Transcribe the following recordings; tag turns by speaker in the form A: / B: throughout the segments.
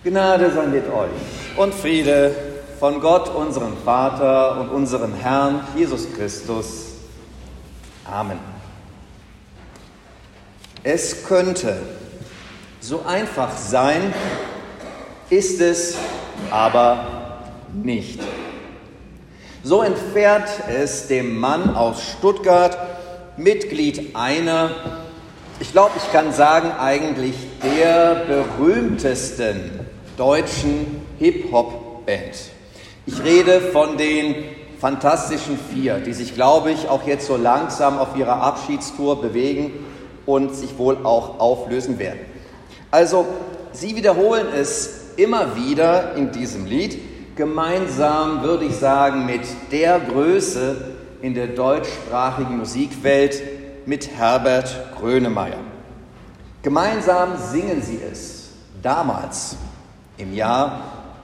A: Gnade sei mit euch und Friede von Gott, unserem Vater und unserem Herrn Jesus Christus. Amen. Es könnte so einfach sein, ist es aber nicht. So entfährt es dem Mann aus Stuttgart, Mitglied einer, ich glaube, ich kann sagen, eigentlich der berühmtesten deutschen Hip-Hop-Band. Ich rede von den Fantastischen Vier, die sich, glaube ich, auch jetzt so langsam auf ihrer Abschiedstour bewegen und sich wohl auch auflösen werden. Also, sie wiederholen es immer wieder in diesem Lied, gemeinsam, würde ich sagen, mit der Größe in der deutschsprachigen Musikwelt, mit Herbert Grönemeyer. Gemeinsam singen sie es damals im Jahr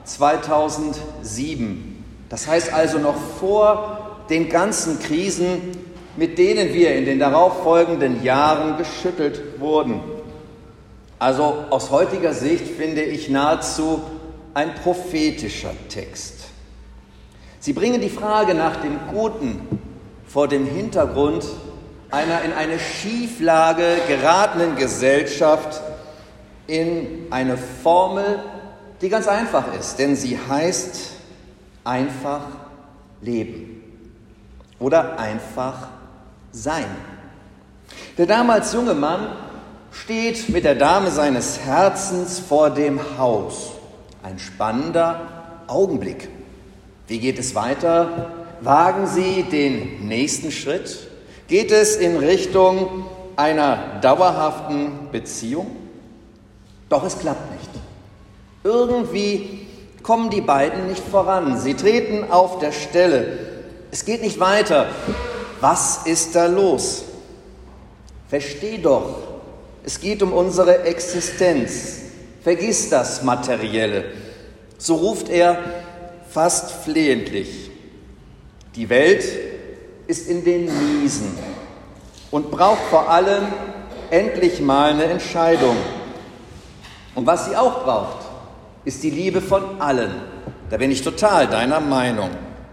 A: 2007. Das heißt also noch vor den ganzen Krisen, mit denen wir in den darauffolgenden Jahren geschüttelt wurden. Also aus heutiger Sicht finde ich nahezu ein prophetischer Text. Sie bringen die Frage nach dem Guten vor dem Hintergrund einer in eine Schieflage geratenen Gesellschaft in eine Formel, die ganz einfach ist, denn sie heißt einfach leben oder einfach sein. Der damals junge Mann steht mit der Dame seines Herzens vor dem Haus. Ein spannender Augenblick. Wie geht es weiter? Wagen Sie den nächsten Schritt? Geht es in Richtung einer dauerhaften Beziehung? Doch es klappt nicht. Irgendwie kommen die beiden nicht voran. Sie treten auf der Stelle. Es geht nicht weiter. Was ist da los? Versteh doch, es geht um unsere Existenz. Vergiss das Materielle. So ruft er fast flehentlich. Die Welt ist in den Miesen und braucht vor allem endlich mal eine Entscheidung. Und was sie auch braucht, ist die Liebe von allen. Da bin ich total deiner Meinung.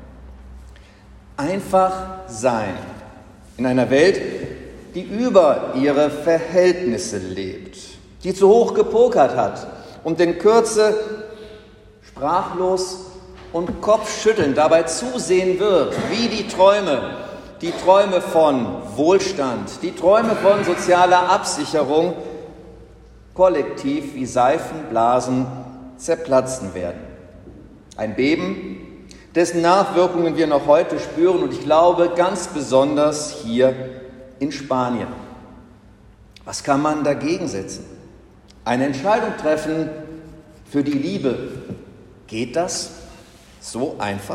A: Einfach sein in einer Welt, die über ihre Verhältnisse lebt, die zu hoch gepokert hat und in Kürze sprachlos und kopfschüttelnd dabei zusehen wird, wie die Träume von Wohlstand, die Träume von sozialer Absicherung kollektiv wie Seifenblasen zerplatzen werden. Ein Beben, dessen Nachwirkungen wir noch heute spüren und ich glaube ganz besonders hier in Spanien. Was kann man dagegen setzen? Eine Entscheidung treffen für die Liebe. Geht das so einfach?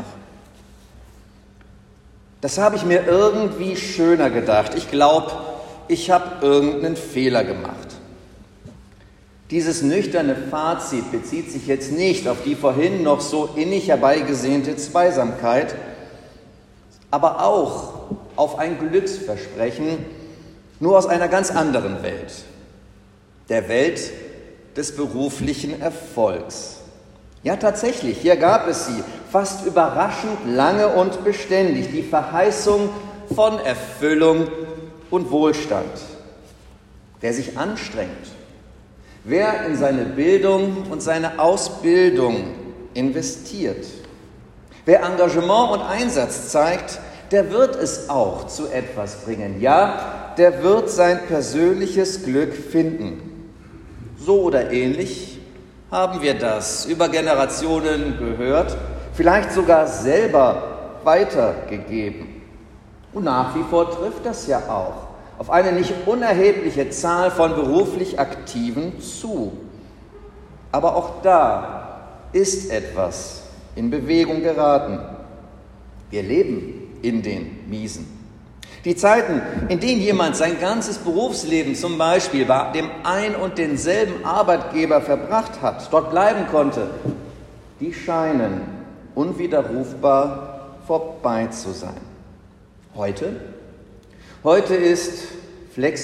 A: Das habe ich mir irgendwie schöner gedacht. Ich glaube, ich habe irgendeinen Fehler gemacht. Dieses nüchterne Fazit bezieht sich jetzt nicht auf die vorhin noch so innig herbeigesehnte Zweisamkeit, aber auch auf ein Glücksversprechen, nur aus einer ganz anderen Welt, der Welt des beruflichen Erfolgs. Ja, tatsächlich, hier gab es sie, fast überraschend lange und beständig, die Verheißung von Erfüllung und Wohlstand. Wer sich anstrengt, wer in seine Bildung und seine Ausbildung investiert, wer Engagement und Einsatz zeigt, der wird es auch zu etwas bringen. Ja, der wird sein persönliches Glück finden. So oder ähnlich haben wir das über Generationen gehört, vielleicht sogar selber weitergegeben. Und nach wie vor trifft das ja auch auf eine nicht unerhebliche Zahl von beruflich Aktiven zu. Aber auch da ist etwas in Bewegung geraten. Wir leben in den Miesen. Die Zeiten, in denen jemand sein ganzes Berufsleben zum Beispiel bei dem ein und denselben Arbeitgeber verbracht hat, dort bleiben konnte, die scheinen unwiderrufbar vorbei zu sein. Heute ist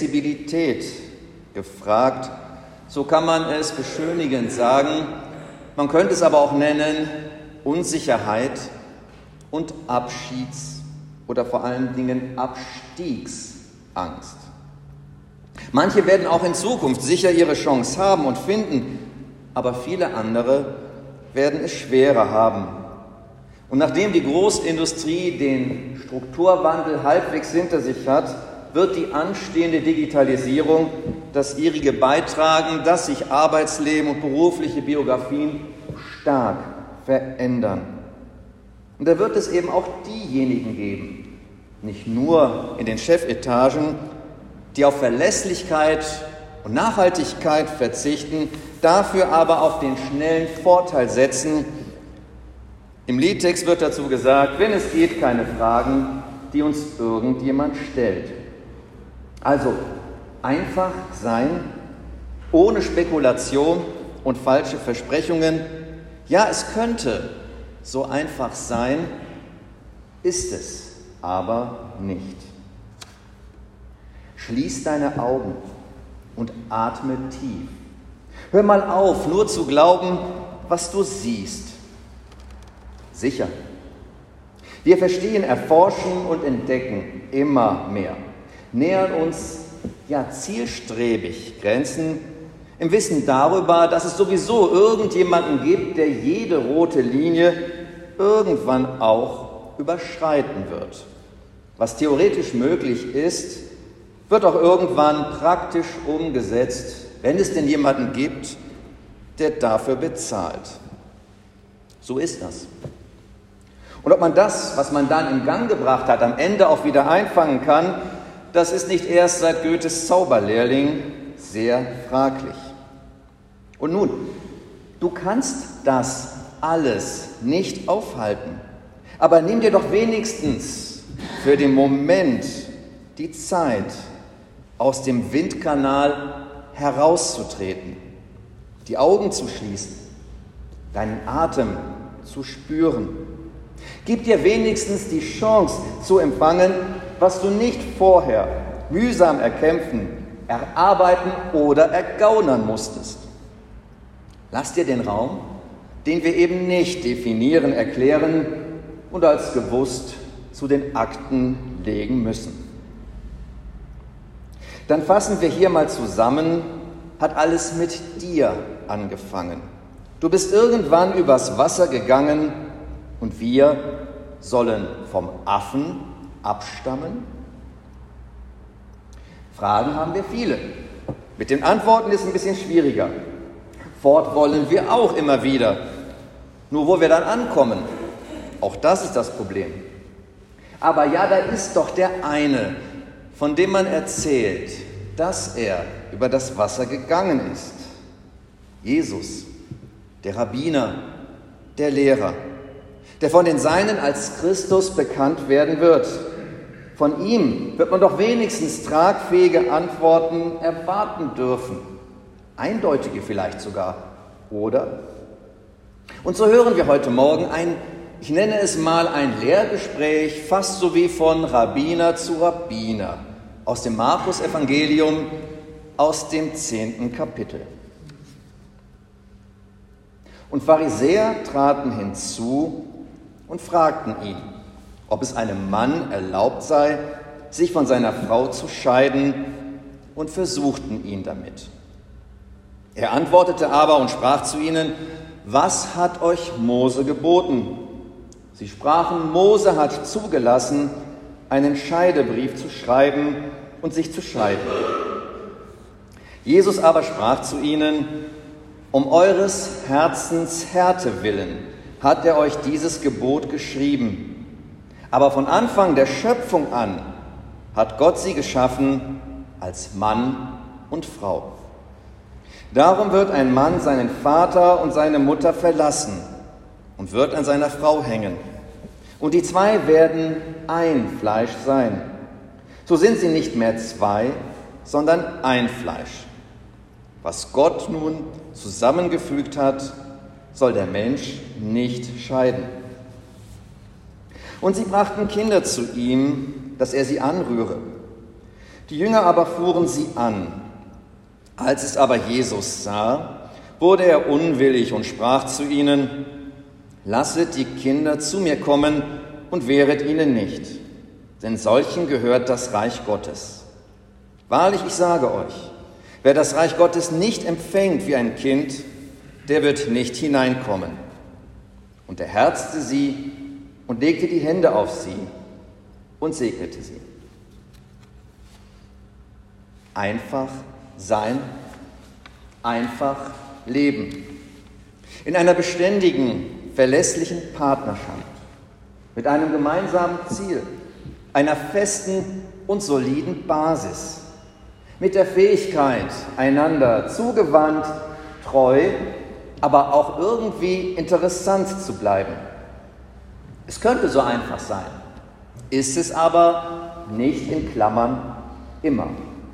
A: Flexibilität gefragt, so kann man es beschönigend sagen, Man könnte es aber auch nennen Unsicherheit und oder vor allen Dingen Abstiegsangst. Manche werden auch in Zukunft sicher ihre Chance haben und finden, aber viele andere werden es schwerer haben. Und nachdem die Großindustrie den Strukturwandel halbwegs hinter sich hat, wird die anstehende Digitalisierung das ihrige beitragen, dass sich Arbeitsleben und berufliche Biografien stark verändern. Und da wird es eben auch diejenigen geben, nicht nur in den Chefetagen, die auf Verlässlichkeit und Nachhaltigkeit verzichten, dafür aber auf den schnellen Vorteil setzen. Im Liedtext wird dazu gesagt, wenn es geht, keine Fragen, die uns irgendjemand stellt. Also einfach sein, ohne Spekulation und falsche Versprechungen. Ja, es könnte so einfach sein, ist es aber nicht. Schließ deine Augen und atme tief. Hör mal auf, nur zu glauben, was du siehst. Sicher. Wir verstehen, erforschen und entdecken immer mehr, nähern uns zielstrebig Grenzen im Wissen darüber, dass es sowieso irgendjemanden gibt, der jede rote Linie irgendwann auch überschreiten wird. Was theoretisch möglich ist, wird auch irgendwann praktisch umgesetzt, wenn es denn jemanden gibt, der dafür bezahlt. So ist das. Und ob man das, was man dann in Gang gebracht hat, am Ende auch wieder einfangen kann, das ist nicht erst seit Goethes Zauberlehrling sehr fraglich. Und nun, du kannst das alles nicht aufhalten, aber nimm dir doch wenigstens für den Moment die Zeit, aus dem Windkanal herauszutreten, die Augen zu schließen, deinen Atem zu spüren. Gib dir wenigstens die Chance zu empfangen, was du nicht vorher mühsam erkämpfen, erarbeiten oder ergaunern musstest. Lass dir den Raum, den wir eben nicht definieren, erklären und als gewusst zu den Akten legen müssen. Dann fassen wir hier mal zusammen, hat alles mit dir angefangen. Du bist irgendwann übers Wasser gegangen und wir sollen vom Affen abstammen? Fragen haben wir viele. Mit den Antworten ist es ein bisschen schwieriger. Fort wollen wir auch immer wieder. Nur wo wir dann ankommen, auch das ist das Problem. Aber ja, da ist doch der eine, von dem man erzählt, dass er über das Wasser gegangen ist. Jesus, der Rabbiner, der Lehrer, der von den Seinen als Christus bekannt werden wird. Von ihm wird man doch wenigstens tragfähige Antworten erwarten dürfen. Eindeutige vielleicht sogar, oder? Und so hören wir heute Morgen ich nenne es mal ein Lehrgespräch, fast so wie von Rabbiner zu Rabbiner, aus dem Markus-Evangelium, aus dem 10. Kapitel. Und Pharisäer traten hinzu und fragten ihn, ob es einem Mann erlaubt sei, sich von seiner Frau zu scheiden, und versuchten ihn damit. Er antwortete aber und sprach zu ihnen, was hat euch Mose geboten? Sie sprachen, Mose hat zugelassen, einen Scheidebrief zu schreiben und sich zu scheiden. Jesus aber sprach zu ihnen, um eures Herzens Härte willen hat er euch dieses Gebot geschrieben. Aber von Anfang der Schöpfung an hat Gott sie geschaffen als Mann und Frau. Darum wird ein Mann seinen Vater und seine Mutter verlassen und wird an seiner Frau hängen. Und die zwei werden ein Fleisch sein. So sind sie nicht mehr zwei, sondern ein Fleisch. Was Gott nun zusammengefügt hat, soll der Mensch nicht scheiden. Und sie brachten Kinder zu ihm, dass er sie anrühre. Die Jünger aber fuhren sie an. Als es aber Jesus sah, wurde er unwillig und sprach zu ihnen: Lasset die Kinder zu mir kommen und wehret ihnen nicht, denn solchen gehört das Reich Gottes. Wahrlich, ich sage euch, wer das Reich Gottes nicht empfängt wie ein Kind, der wird nicht hineinkommen. Und er herzte sie und legte die Hände auf sie und segnete sie. Einfach sein, einfach leben. In einer beständigen, verlässlichen Partnerschaft, mit einem gemeinsamen Ziel, einer festen und soliden Basis, mit der Fähigkeit, einander zugewandt, treu, aber auch irgendwie interessant zu bleiben. Es könnte so einfach sein, ist es aber nicht, in Klammern immer.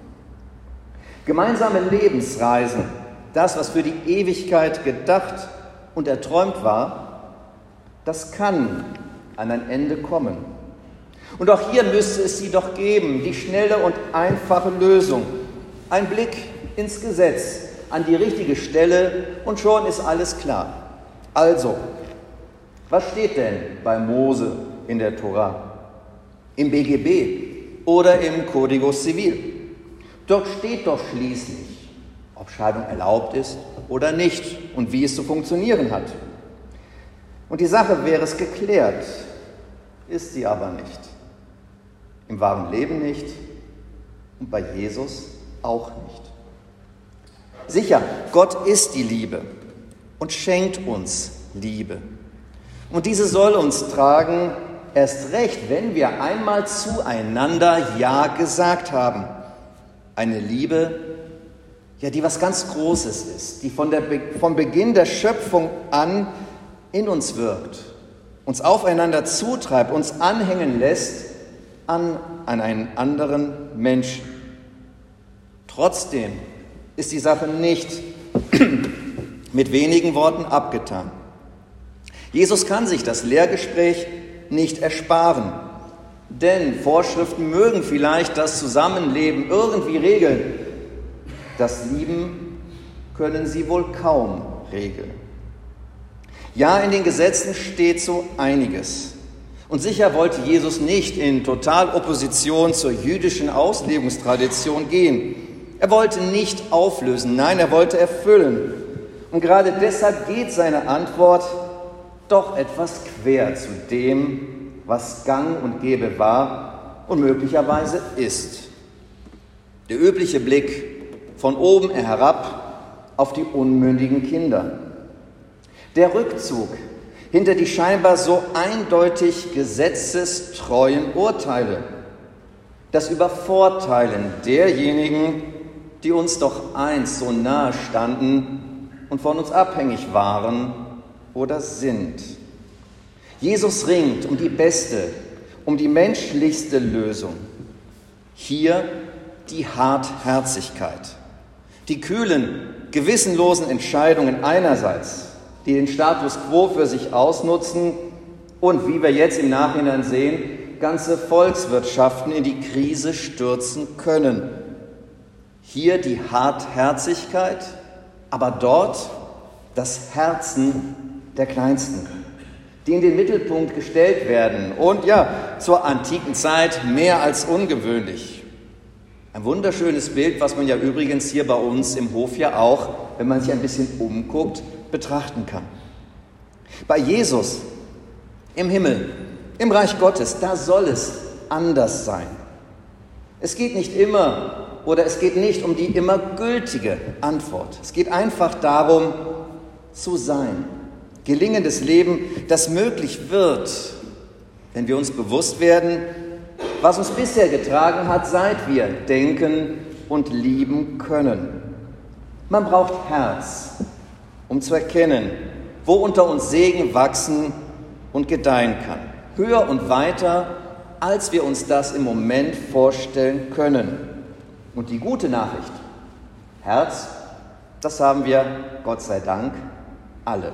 A: Gemeinsame Lebensreisen, das, was für die Ewigkeit gedacht und erträumt war, das kann an ein Ende kommen. Und auch hier müsste es sie doch geben, die schnelle und einfache Lösung. Ein Blick ins Gesetz, an die richtige Stelle und schon ist alles klar. Also, was steht denn bei Mose in der Tora, im BGB oder im Código Civil? Dort steht doch schließlich, ob Scheidung erlaubt ist oder nicht und wie es zu funktionieren hat. Und die Sache wäre es geklärt, ist sie aber nicht. Im wahren Leben nicht und bei Jesus auch nicht. Sicher, Gott ist die Liebe und schenkt uns Liebe. Und diese soll uns tragen, erst recht, wenn wir einmal zueinander Ja gesagt haben. Eine Liebe, ja, die was ganz Großes ist, die vom Beginn der Schöpfung an in uns wirkt, uns aufeinander zutreibt, uns anhängen lässt an einen anderen Menschen. Trotzdem ist die Sache nicht mit wenigen Worten abgetan. Jesus kann sich das Lehrgespräch nicht ersparen, denn Vorschriften mögen vielleicht das Zusammenleben irgendwie regeln. Das Lieben können sie wohl kaum regeln. Ja, in den Gesetzen steht so einiges. Und sicher wollte Jesus nicht in Totalopposition zur jüdischen Auslegungstradition gehen. Er wollte nicht auflösen, nein, er wollte erfüllen. Und gerade deshalb geht seine Antwort doch etwas quer zu dem, was gang und gäbe war und möglicherweise ist. Der übliche Blick von oben herab auf die unmündigen Kinder. Der Rückzug hinter die scheinbar so eindeutig gesetzestreuen Urteile. Das Übervorteilen derjenigen, die uns doch einst so nahe standen und von uns abhängig waren oder sind. Jesus ringt um die beste, um die menschlichste Lösung. Hier die Hartherzigkeit. Die kühlen, gewissenlosen Entscheidungen einerseits, die den Status quo für sich ausnutzen und, wie wir jetzt im Nachhinein sehen, ganze Volkswirtschaften in die Krise stürzen können. Hier die Hartherzigkeit, aber dort das Herzen der Kleinsten, die in den Mittelpunkt gestellt werden und ja, zur antiken Zeit mehr als ungewöhnlich. Ein wunderschönes Bild, was man ja übrigens hier bei uns im Hof ja auch, wenn man sich ein bisschen umguckt, betrachten kann. Bei Jesus im Himmel, im Reich Gottes, da soll es anders sein. Es geht nicht immer oder es geht nicht um die immer gültige Antwort. Es geht einfach darum, zu sein. Gelingendes Leben, das möglich wird, wenn wir uns bewusst werden, was uns bisher getragen hat, seit wir denken und lieben können. Man braucht Herz, um zu erkennen, wo unter uns Segen wachsen und gedeihen kann. Höher und weiter, als wir uns das im Moment vorstellen können. Und die gute Nachricht, Herz, das haben wir, Gott sei Dank, alle.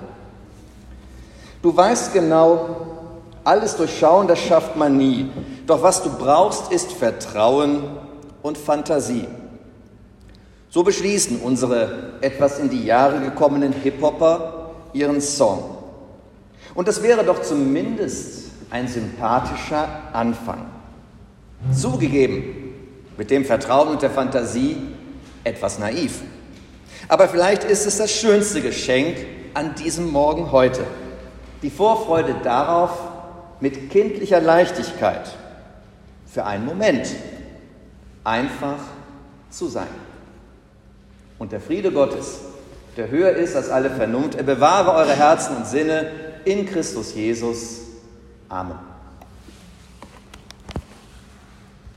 A: Du weißt genau, alles durchschauen, das schafft man nie. Doch was du brauchst, ist Vertrauen und Fantasie. So beschließen unsere etwas in die Jahre gekommenen Hip-Hopper ihren Song. Und das wäre doch zumindest ein sympathischer Anfang. Zugegeben, mit dem Vertrauen und der Fantasie etwas naiv. Aber vielleicht ist es das schönste Geschenk an diesem Morgen heute. Die Vorfreude darauf, mit kindlicher Leichtigkeit, für einen Moment, einfach zu sein. Und der Friede Gottes, der höher ist als alle Vernunft, er bewahre eure Herzen und Sinne in Christus Jesus. Amen.